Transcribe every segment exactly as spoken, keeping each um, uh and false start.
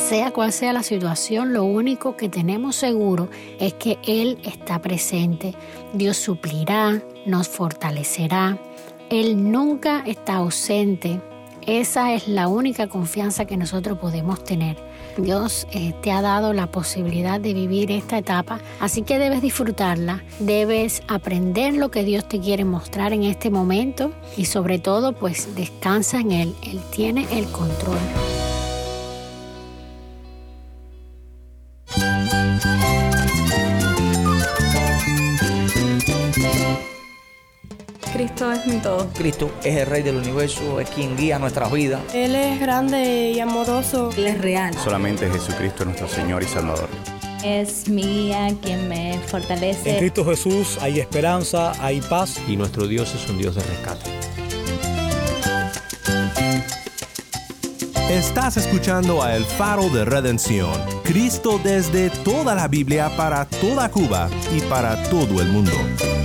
sea cual sea la situación, lo único que tenemos seguro es que Él está presente. Dios suplirá, nos fortalecerá. Él nunca está ausente. Esa es la única confianza que nosotros podemos tener. Dios eh, te ha dado la posibilidad de vivir esta etapa, así que debes disfrutarla, debes aprender lo que Dios te quiere mostrar en este momento y sobre todo, pues descansa en Él. Él tiene el control. Cristo es mi todo. Cristo es el Rey del universo, es quien guía nuestras vidas. Él es grande y amoroso. Él es real. Solamente Jesucristo es nuestro Señor y Salvador. Es mi guía quien me fortalece. En Cristo Jesús hay esperanza, hay paz. Y nuestro Dios es un Dios de rescate. Estás escuchando a El Faro de Redención. Cristo desde toda la Biblia para toda Cuba y para todo el mundo.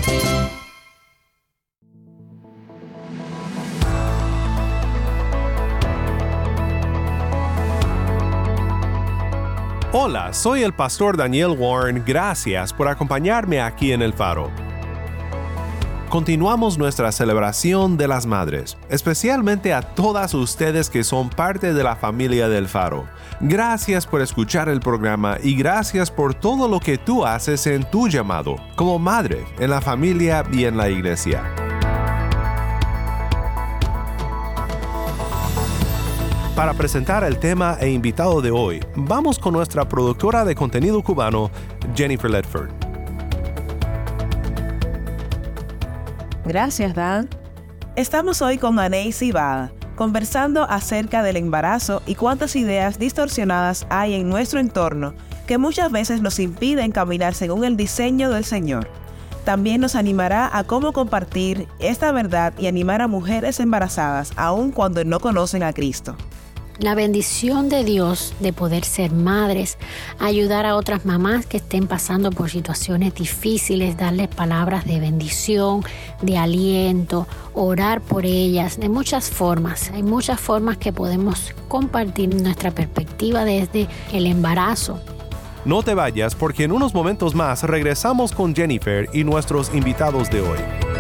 Hola, soy el pastor Daniel Warren. Gracias por acompañarme aquí en El Faro. Continuamos nuestra celebración de las madres, especialmente a todas ustedes que son parte de la familia del Faro. Gracias por escuchar el programa y gracias por todo lo que tú haces en tu llamado, como madre, en la familia y en la iglesia. Para presentar el tema e invitado de hoy, vamos con nuestra productora de contenido cubano, Jennifer Ledford. Gracias, Dan. Estamos hoy con Anaísi Bada, conversando acerca del embarazo y cuántas ideas distorsionadas hay en nuestro entorno que muchas veces nos impiden caminar según el diseño del Señor. También nos animará a cómo compartir esta verdad y animar a mujeres embarazadas, aun cuando no conocen a Cristo. La bendición de Dios de poder ser madres, ayudar a otras mamás que estén pasando por situaciones difíciles, darles palabras de bendición, de aliento, orar por ellas, de muchas formas. Hay muchas formas que podemos compartir nuestra perspectiva desde el embarazo. No te vayas porque en unos momentos más regresamos con Jennifer y nuestros invitados de hoy.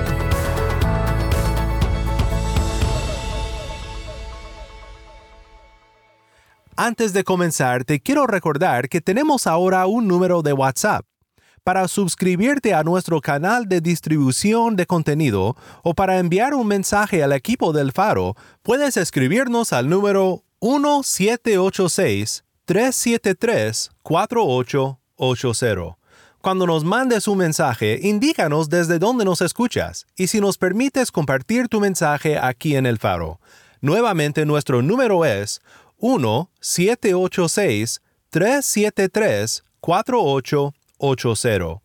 Antes de comenzar, te quiero recordar que tenemos ahora un número de WhatsApp. Para suscribirte a nuestro canal de distribución de contenido o para enviar un mensaje al equipo del Faro, puedes escribirnos al número uno siete ocho seis, tres siete tres, cuatro ocho ocho cero. Cuando nos mandes un mensaje, indícanos desde dónde nos escuchas y si nos permites compartir tu mensaje aquí en el Faro. Nuevamente, nuestro número es uno siete ocho seis, tres siete tres, cuatro ocho ocho cero.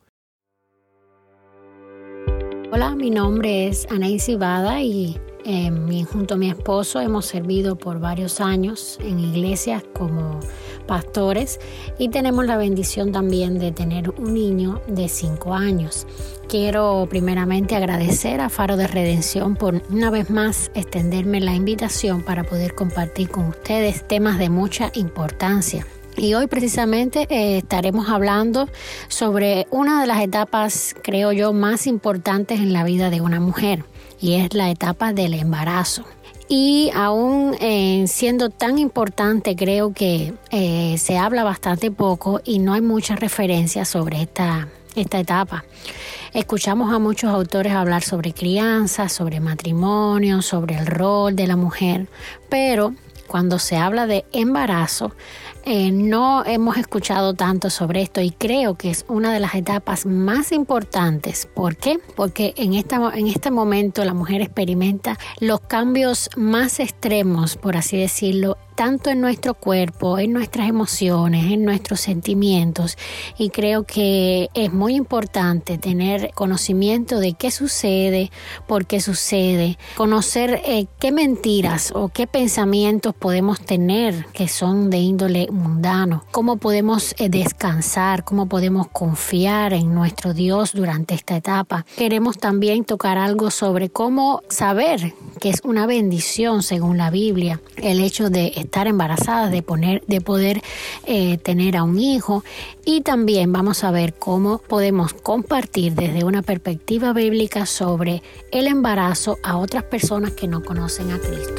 Hola, mi nombre es Anaísi Bada y eh, mi, junto a mi esposo hemos servido por varios años en iglesias como pastores y tenemos la bendición también de tener un niño de cinco años. Quiero primeramente agradecer a Faro de Redención por una vez más extenderme la invitación para poder compartir con ustedes temas de mucha importancia. Y hoy precisamente eh, estaremos hablando sobre una de las etapas, creo yo, más importantes en la vida de una mujer, y es la etapa del embarazo. Y aún eh, siendo tan importante, creo que eh, se habla bastante poco y no hay muchas referencias sobre esta, esta etapa. Escuchamos a muchos autores hablar sobre crianza, sobre matrimonio, sobre el rol de la mujer, pero cuando se habla de embarazo, eh, no hemos escuchado tanto sobre esto y creo que es una de las etapas más importantes. ¿Por qué? Porque en, esta, en este momento la mujer experimenta los cambios más extremos, por así decirlo, tanto en nuestro cuerpo, en nuestras emociones, en nuestros sentimientos, y creo que es muy importante tener tener conocimiento de qué sucede, por qué sucede, conocer eh, qué mentiras o qué pensamientos podemos tener que son de índole mundano, cómo podemos eh, descansar, cómo podemos confiar en nuestro Dios durante esta etapa. Queremos también tocar algo sobre cómo saber que es una bendición según la Biblia el hecho de estar embarazada, de, poner, de poder eh, tener a un hijo, y también vamos a ver cómo podemos compartir desde una perspectiva bíblica sobre el embarazo a otras personas que no conocen a Cristo.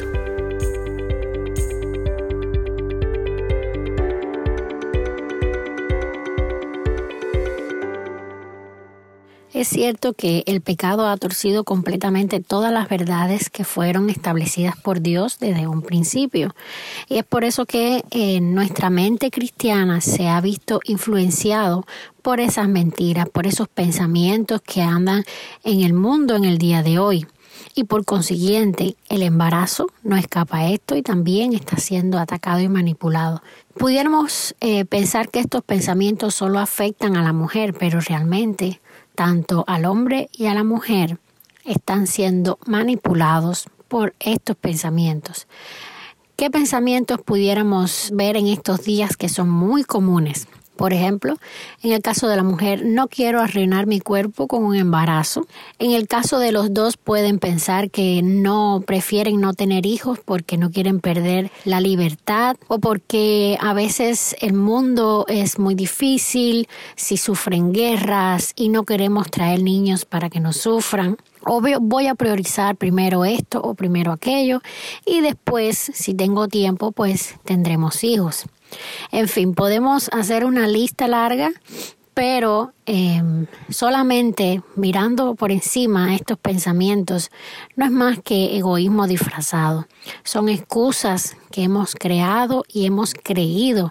Es cierto que el pecado ha torcido completamente todas las verdades que fueron establecidas por Dios desde un principio. Y es por eso que eh, nuestra mente cristiana se ha visto influenciado por esas mentiras, por esos pensamientos que andan en el mundo en el día de hoy. Y por consiguiente, el embarazo no escapa a esto y también está siendo atacado y manipulado. Pudiéramos eh, pensar que estos pensamientos solo afectan a la mujer, pero realmente tanto al hombre y a la mujer están siendo manipulados por estos pensamientos. ¿Qué pensamientos pudiéramos ver en estos días que son muy comunes? Por ejemplo, en el caso de la mujer, no quiero arruinar mi cuerpo con un embarazo. En el caso de los dos, pueden pensar que no prefieren no tener hijos porque no quieren perder la libertad o porque a veces el mundo es muy difícil, si sufren guerras y no queremos traer niños para que no sufran. O voy a priorizar primero esto o primero aquello y después, si tengo tiempo, pues tendremos hijos. En fin, podemos hacer una lista larga, pero eh, solamente mirando por encima estos pensamientos no es más que egoísmo disfrazado. Son excusas que hemos creado y hemos creído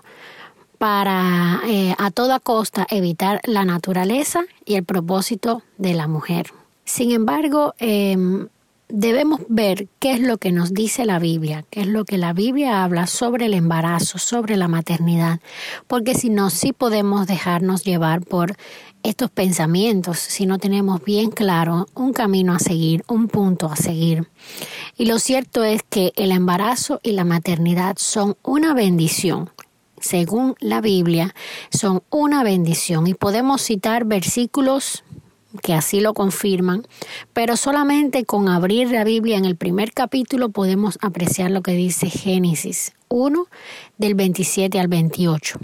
para eh, a toda costa evitar la naturaleza y el propósito de la mujer. Sin embargo, eh, debemos ver qué es lo que nos dice la Biblia, qué es lo que la Biblia habla sobre el embarazo, sobre la maternidad, porque si no, sí podemos dejarnos llevar por estos pensamientos si no tenemos bien claro un camino a seguir, un punto a seguir. Y lo cierto es que el embarazo y la maternidad son una bendición. Según la Biblia, son una bendición y podemos citar versículos que así lo confirman, pero solamente con abrir la Biblia en el primer capítulo podemos apreciar lo que dice Génesis uno, del veintisiete al veintiocho.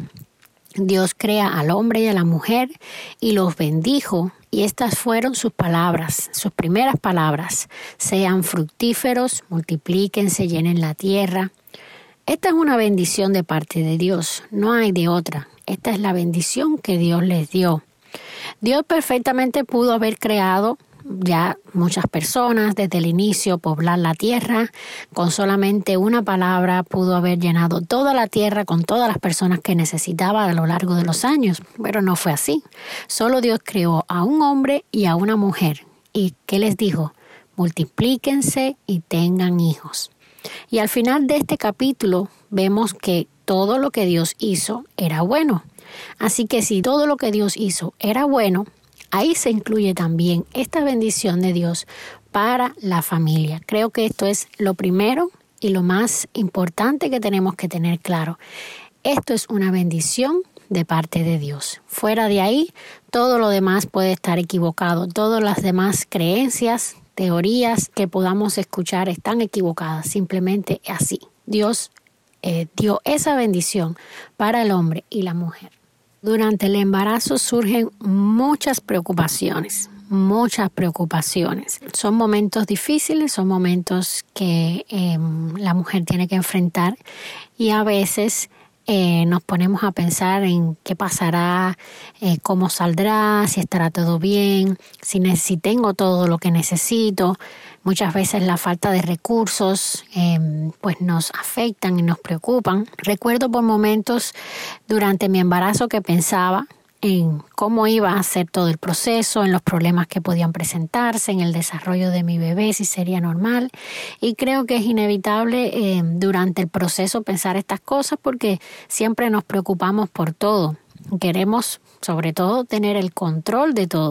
Dios crea al hombre y a la mujer y los bendijo, y estas fueron sus palabras, sus primeras palabras: sean fructíferos, multiplíquense, llenen la tierra. Esta es una bendición de parte de Dios, no hay de otra. Esta es la bendición que Dios les dio. Dios perfectamente pudo haber creado ya muchas personas desde el inicio, poblar la tierra. Con solamente una palabra pudo haber llenado toda la tierra con todas las personas que necesitaba a lo largo de los años. Pero no fue así. Solo Dios creó a un hombre y a una mujer. ¿Y qué les dijo? Multiplíquense y tengan hijos. Y al final de este capítulo vemos que todo lo que Dios hizo era bueno. Así que si todo lo que Dios hizo era bueno, ahí se incluye también esta bendición de Dios para la familia. Creo que esto es lo primero y lo más importante que tenemos que tener claro. Esto es una bendición de parte de Dios. Fuera de ahí, todo lo demás puede estar equivocado. Todas las demás creencias, teorías que podamos escuchar están equivocadas. Simplemente así. Dios eh, dio esa bendición para el hombre y la mujer. Durante el embarazo surgen muchas preocupaciones, muchas preocupaciones. Son momentos difíciles, son momentos que eh, la mujer tiene que enfrentar y a veces eh, nos ponemos a pensar en qué pasará, eh, cómo saldrá, si estará todo bien, si, ne- si tengo todo lo que necesito. Muchas veces la falta de recursos eh, pues nos afectan y nos preocupan. Recuerdo por momentos durante mi embarazo que pensaba en cómo iba a ser todo el proceso, en los problemas que podían presentarse, en el desarrollo de mi bebé, si sería normal. Y creo que es inevitable eh, durante el proceso pensar estas cosas porque siempre nos preocupamos por todo. Queremos, sobre todo, tener el control de todo.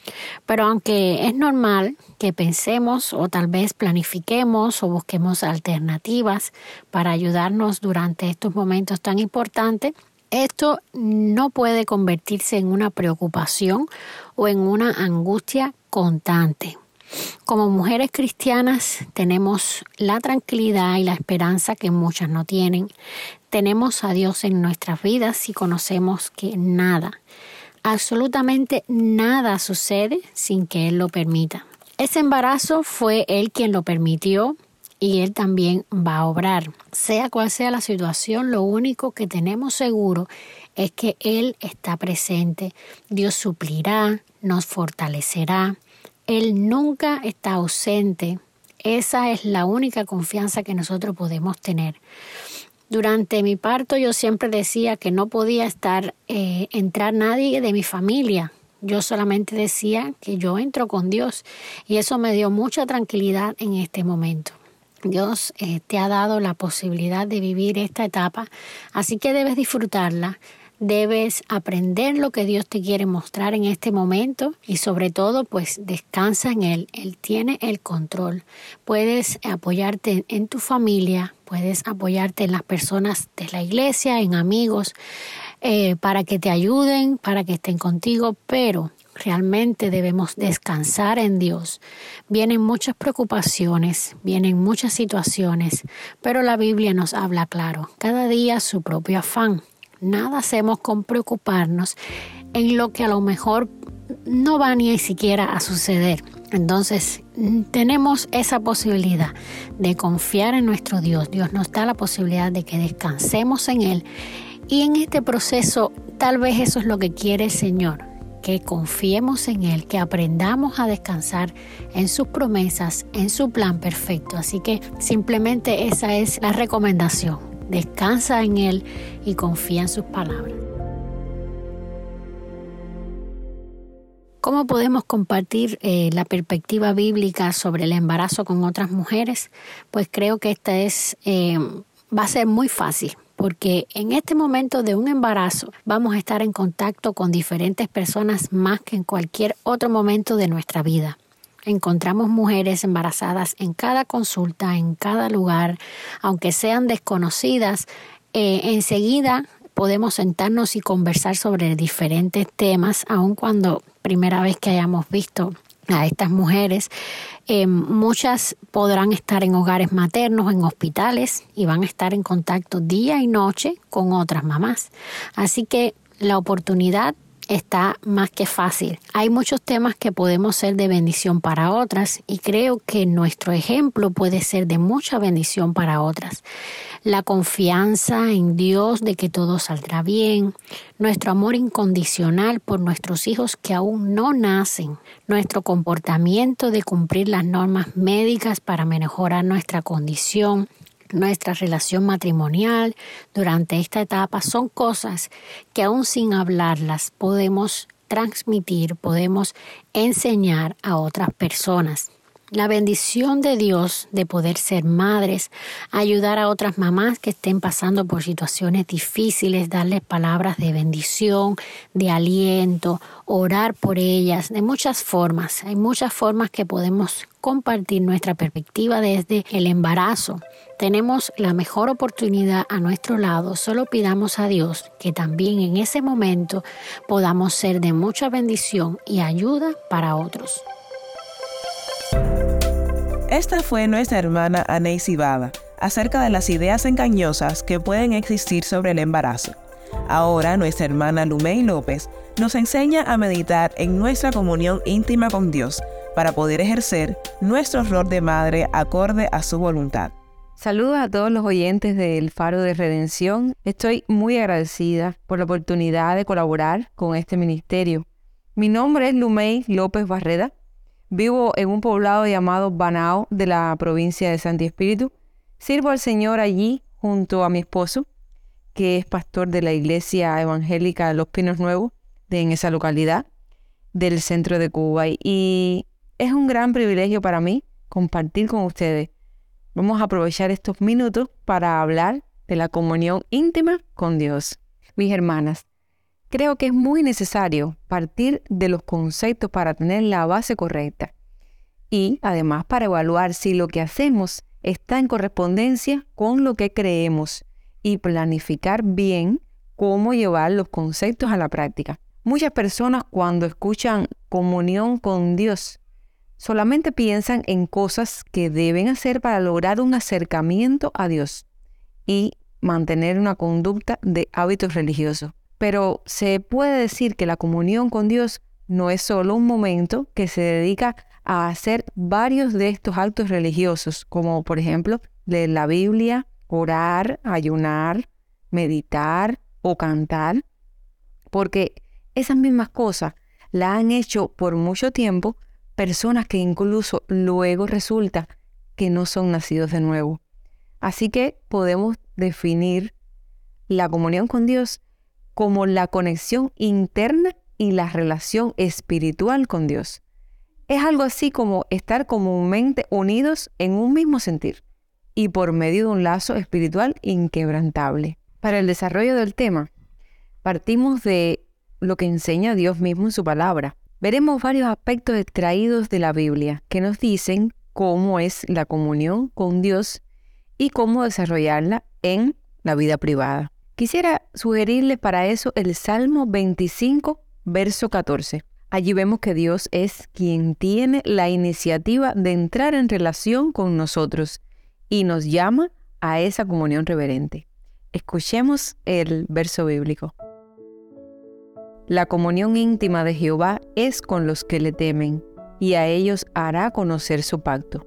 Pero aunque es normal que pensemos o tal vez planifiquemos o busquemos alternativas para ayudarnos durante estos momentos tan importantes, esto no puede convertirse en una preocupación o en una angustia constante. Como mujeres cristianas tenemos la tranquilidad y la esperanza que muchas no tienen. Tenemos a Dios en nuestras vidas y conocemos que nada, absolutamente nada sucede sin que Él lo permita. Ese embarazo fue Él quien lo permitió y Él también va a obrar. Sea cual sea la situación, lo único que tenemos seguro es que Él está presente. Dios suplirá, nos fortalecerá. Él nunca está ausente. Esa es la única confianza que nosotros podemos tener. Durante mi parto yo siempre decía que no podía estar, eh, entrar nadie de mi familia. Yo solamente decía que yo entro con Dios y eso me dio mucha tranquilidad en este momento. Dios eh, te ha dado la posibilidad de vivir esta etapa, así que debes disfrutarla. Debes aprender lo que Dios te quiere mostrar en este momento y sobre todo pues descansa en Él. Él tiene el control. Puedes apoyarte en tu familia, puedes apoyarte en las personas de la iglesia, en amigos, eh, para que te ayuden, para que estén contigo, pero realmente debemos descansar en Dios. Vienen muchas preocupaciones, vienen muchas situaciones, pero la Biblia nos habla claro. Cada día su propio afán. Nada hacemos con preocuparnos en lo que a lo mejor no va ni siquiera a suceder. Entonces, tenemos esa posibilidad de confiar en nuestro Dios. Dios nos da la posibilidad de que descansemos en Él. Y en este proceso, tal vez eso es lo que quiere el Señor, que confiemos en Él, que aprendamos a descansar en sus promesas, en su plan perfecto. Así que simplemente esa es la recomendación. Descansa en Él y confía en sus palabras. ¿Cómo podemos compartir eh, la perspectiva bíblica sobre el embarazo con otras mujeres? Pues creo que esta es, eh, va a ser muy fácil, porque en este momento de un embarazo vamos a estar en contacto con diferentes personas más que en cualquier otro momento de nuestra vida. Encontramos mujeres embarazadas en cada consulta, en cada lugar, aunque sean desconocidas, eh, enseguida podemos sentarnos y conversar sobre diferentes temas, aun cuando primera vez que hayamos visto a estas mujeres. Eh, muchas podrán estar en hogares maternos, en hospitales, y van a estar en contacto día y noche con otras mamás. Así que la oportunidad está más que fácil. Hay muchos temas que podemos ser de bendición para otras y creo que nuestro ejemplo puede ser de mucha bendición para otras. La confianza en Dios de que todo saldrá bien, nuestro amor incondicional por nuestros hijos que aún no nacen, nuestro comportamiento de cumplir las normas médicas para mejorar nuestra condición, nuestra relación matrimonial durante esta etapa son cosas que aún sin hablarlas podemos transmitir, podemos enseñar a otras personas. La bendición de Dios de poder ser madres, ayudar a otras mamás que estén pasando por situaciones difíciles, darles palabras de bendición, de aliento, orar por ellas, de muchas formas. Hay muchas formas que podemos compartir nuestra perspectiva desde el embarazo. Tenemos la mejor oportunidad a nuestro lado. Solo pidamos a Dios que también en ese momento podamos ser de mucha bendición y ayuda para otros. Esta fue nuestra hermana Anaísi Bada acerca de las ideas engañosas que pueden existir sobre el embarazo. Ahora nuestra hermana Lumey López nos enseña a meditar en nuestra comunión íntima con Dios para poder ejercer nuestro rol de madre acorde a su voluntad. Saludos a todos los oyentes del Faro de Redención. Estoy muy agradecida por la oportunidad de colaborar con este ministerio. Mi nombre es Lumey López Barreda. Vivo en un poblado llamado Banao de la provincia de Santi Espíritu. Sirvo al Señor allí junto a mi esposo, que es pastor de la iglesia evangélica de Los Pinos Nuevos, de, en esa localidad del centro de Cuba. Y es un gran privilegio para mí compartir con ustedes. Vamos a aprovechar estos minutos para hablar de la comunión íntima con Dios. Mis hermanas, Creo que es muy necesario partir de los conceptos para tener la base correcta y además para evaluar si lo que hacemos está en correspondencia con lo que creemos y planificar bien cómo llevar los conceptos a la práctica. Muchas personas cuando escuchan comunión con Dios solamente piensan en cosas que deben hacer para lograr un acercamiento a Dios y mantener una conducta de hábitos religiosos. Pero se puede decir que la comunión con Dios no es solo un momento que se dedica a hacer varios de estos actos religiosos, como por ejemplo leer la Biblia, orar, ayunar, meditar o cantar, porque esas mismas cosas las han hecho por mucho tiempo personas que incluso luego resulta que no son nacidos de nuevo. Así que podemos definir la comunión con Dios como la conexión interna y la relación espiritual con Dios. Es algo así como estar comúnmente unidos en un mismo sentir y por medio de un lazo espiritual inquebrantable. Para el desarrollo del tema, partimos de lo que enseña Dios mismo en su palabra. Veremos varios aspectos extraídos de la Biblia que nos dicen cómo es la comunión con Dios y cómo desarrollarla en la vida privada. Quisiera sugerirles para eso el Salmo veinticinco, verso catorce. Allí vemos que Dios es quien tiene la iniciativa de entrar en relación con nosotros y nos llama a esa comunión reverente. Escuchemos el verso bíblico. La comunión íntima de Jehová es con los que le temen, y a ellos hará conocer su pacto.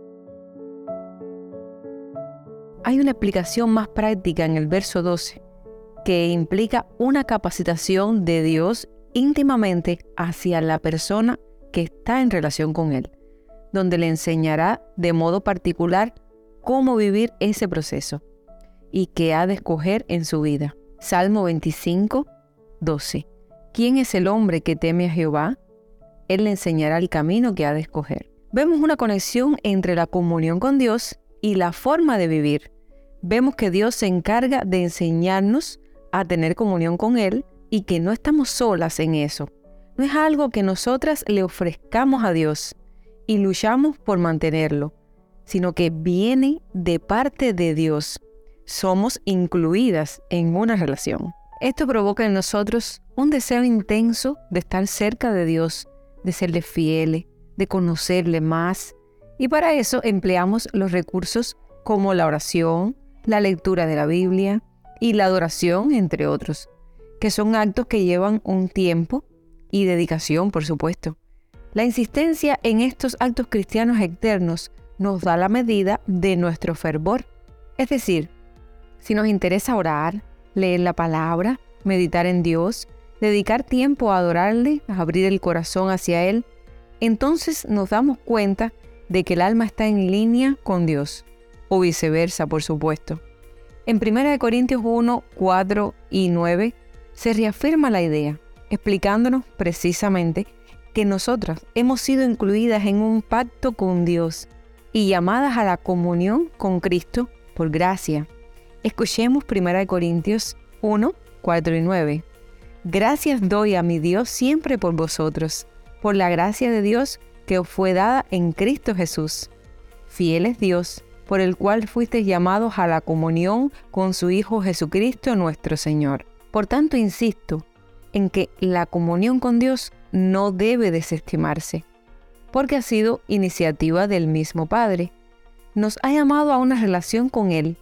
Hay una explicación más práctica en el verso doce, que implica una capacitación de Dios íntimamente hacia la persona que está en relación con Él, donde le enseñará de modo particular cómo vivir ese proceso y qué ha de escoger en su vida. Salmo veinticinco, doce. ¿Quién es el hombre que teme a Jehová? Él le enseñará el camino que ha de escoger. Vemos una conexión entre la comunión con Dios y la forma de vivir. Vemos que Dios se encarga de enseñarnos a tener comunión con Él y que no estamos solas en eso. No es algo que nosotras le ofrezcamos a Dios y luchamos por mantenerlo, sino que viene de parte de Dios. Somos incluidas en una relación. Esto provoca en nosotros un deseo intenso de estar cerca de Dios, de serle fieles, de conocerle más. Y para eso empleamos los recursos como la oración, la lectura de la Biblia y la adoración, entre otros, que son actos que llevan un tiempo y dedicación, por supuesto. La insistencia en estos actos cristianos externos nos da la medida de nuestro fervor. Es decir, si nos interesa orar, leer la palabra, meditar en Dios, dedicar tiempo a adorarle, a abrir el corazón hacia Él, entonces nos damos cuenta de que el alma está en línea con Dios, o viceversa, por supuesto. En primera de Corintios uno, cuatro y nueve se reafirma la idea, explicándonos precisamente que nosotras hemos sido incluidas en un pacto con Dios y llamadas a la comunión con Cristo por gracia. Escuchemos primera de Corintios uno, cuatro y nueve. Gracias doy a mi Dios siempre por vosotros, por la gracia de Dios que os fue dada en Cristo Jesús. Fiel es Dios, por el cual fuisteis llamados a la comunión con su Hijo Jesucristo nuestro Señor. Por tanto, insisto en que la comunión con Dios no debe desestimarse, porque ha sido iniciativa del mismo Padre. Nos ha llamado a una relación con Él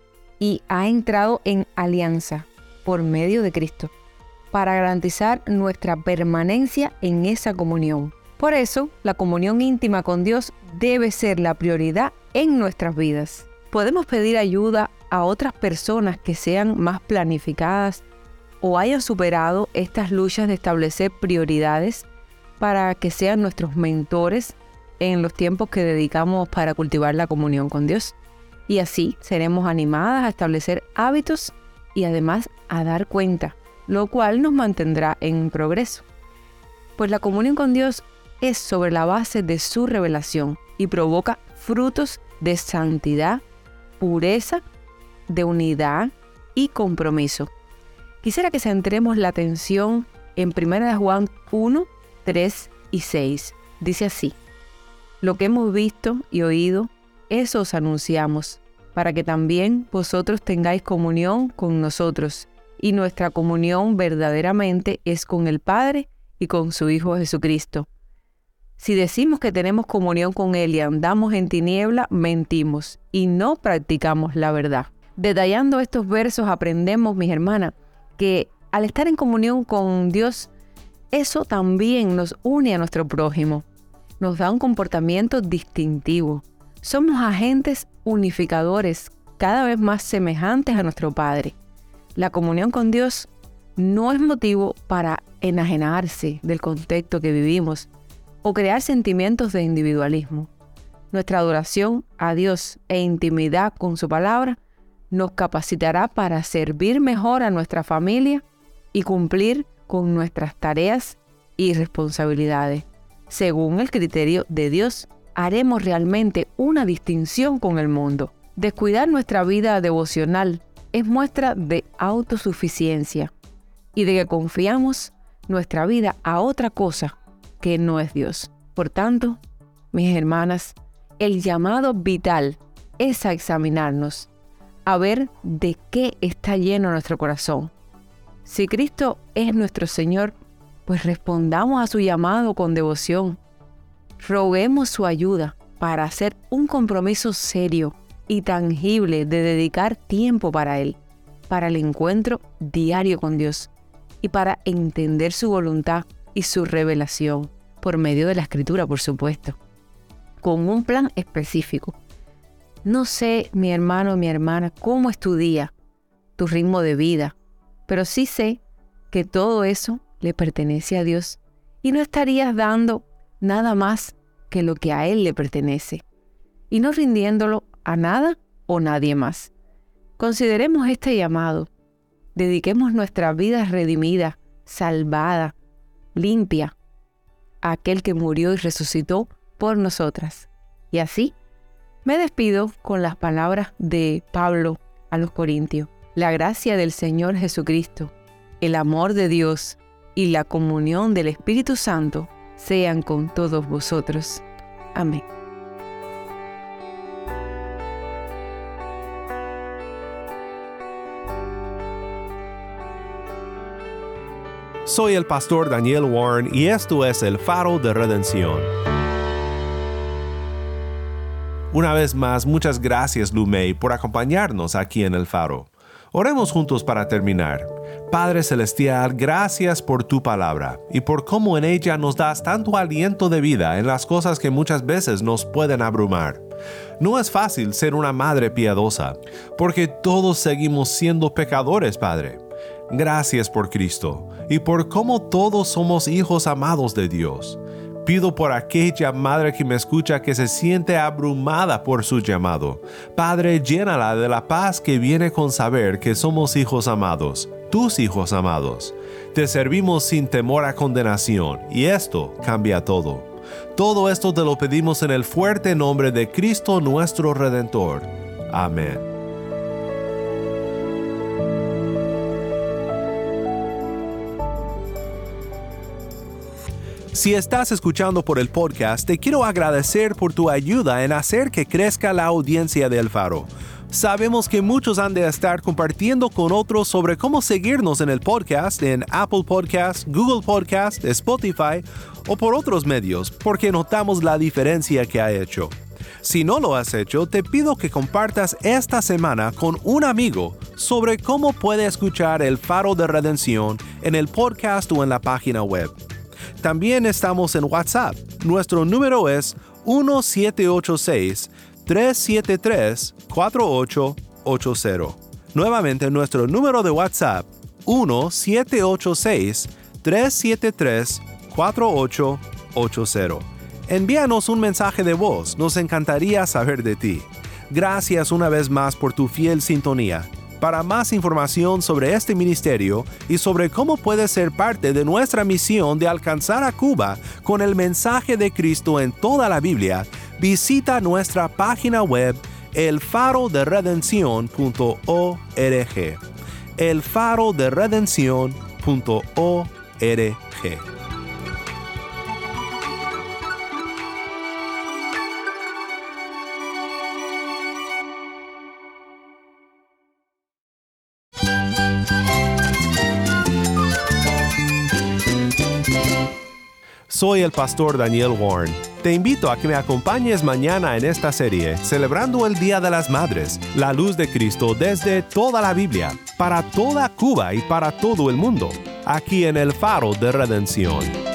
y ha entrado en alianza por medio de Cristo, para garantizar nuestra permanencia en esa comunión. Por eso, la comunión íntima con Dios debe ser la prioridad en nuestras vidas. Podemos pedir ayuda a otras personas que sean más planificadas o hayan superado estas luchas de establecer prioridades para que sean nuestros mentores en los tiempos que dedicamos para cultivar la comunión con Dios. Y así seremos animadas a establecer hábitos y además a dar cuenta, lo cual nos mantendrá en progreso. Pues la comunión con Dios es sobre la base de su revelación y provoca frutos de santidad, pureza, de unidad y compromiso. quisiera que centremos la atención en primera de Juan uno, tres y seis. Dice así: lo que hemos visto y oído, eso os anunciamos, para que también vosotros tengáis comunión con nosotros, y nuestra comunión verdaderamente es con el Padre y con su Hijo Jesucristo. Si decimos que tenemos comunión con Él y andamos en tiniebla, mentimos y no practicamos la verdad. Detallando estos versos aprendemos, mis hermanas, que al estar en comunión con Dios, eso también nos une a nuestro prójimo. Nos da un comportamiento distintivo. Somos agentes unificadores, cada vez más semejantes a nuestro Padre. La comunión con Dios no es motivo para enajenarse del contexto que vivimos o crear sentimientos de individualismo. Nuestra adoración a Dios e intimidad con su palabra nos capacitará para servir mejor a nuestra familia y cumplir con nuestras tareas y responsabilidades. Según el criterio de Dios, haremos realmente una distinción con el mundo. Descuidar nuestra vida devocional es muestra de autosuficiencia y de que confiamos nuestra vida a otra cosa que no es Dios. Por tanto, mis hermanas, el llamado vital es a examinarnos, a ver de qué está lleno nuestro corazón. Si Cristo es nuestro Señor, pues respondamos a su llamado con devoción. Roguemos su ayuda para hacer un compromiso serio y tangible de dedicar tiempo para Él, para el encuentro diario con Dios y para entender su voluntad y su revelación por medio de la Escritura, por supuesto, con un plan específico. No sé, mi hermano, mi hermana, cómo es tu día, tu ritmo de vida, pero sí sé que todo eso le pertenece a Dios y no estarías dando nada más que lo que a Él le pertenece y no rindiéndolo a nada o nadie más. Consideremos este llamado. Dediquemos nuestra vida redimida, salvada, limpia, a aquel que murió y resucitó por nosotras. Y así me despido con las palabras de Pablo a los Corintios. La gracia del Señor Jesucristo, el amor de Dios y la comunión del Espíritu Santo sean con todos vosotros. Amén. Soy el pastor Daniel Warren y esto es el Faro de Redención. Una vez más, muchas gracias, Lumey, por acompañarnos aquí en el Faro. Oremos juntos para terminar. Padre Celestial, gracias por tu palabra y por cómo en ella nos das tanto aliento de vida en las cosas que muchas veces nos pueden abrumar. No es fácil ser una madre piadosa, porque todos seguimos siendo pecadores, Padre. Gracias por Cristo y por cómo todos somos hijos amados de Dios. Pido por aquella madre que me escucha que se siente abrumada por su llamado. Padre, llénala de la paz que viene con saber que somos hijos amados, tus hijos amados. Te servimos sin temor a condenación y esto cambia todo. Todo esto te lo pedimos en el fuerte nombre de Cristo nuestro Redentor. Amén. Si estás escuchando por el podcast, te quiero agradecer por tu ayuda en hacer que crezca la audiencia de El Faro. Sabemos que muchos han de estar compartiendo con otros sobre cómo seguirnos en el podcast en Apple Podcasts, Google Podcasts, Spotify o por otros medios, porque notamos la diferencia que ha hecho. Si no lo has hecho, te pido que compartas esta semana con un amigo sobre cómo puede escuchar El Faro de Redención en el podcast o en la página web. También estamos en WhatsApp. Nuestro número es uno siete ocho seis, tres siete tres, cuatro ocho ocho cero. Nuevamente, nuestro número de WhatsApp, uno siete ocho seis, tres siete tres, cuatro ocho ocho cero. Envíanos un mensaje de voz, nos encantaría saber de ti. Gracias una vez más por tu fiel sintonía. Para más información sobre este ministerio y sobre cómo puedes ser parte de nuestra misión de alcanzar a Cuba con el mensaje de Cristo en toda la Biblia, visita nuestra página web el faro de redención punto org. el faro de redención punto org. Soy el pastor Daniel Warren. Te invito a que me acompañes mañana en esta serie, celebrando el Día de las Madres, la luz de Cristo desde toda la Biblia, para toda Cuba y para todo el mundo, aquí en el Faro de Redención.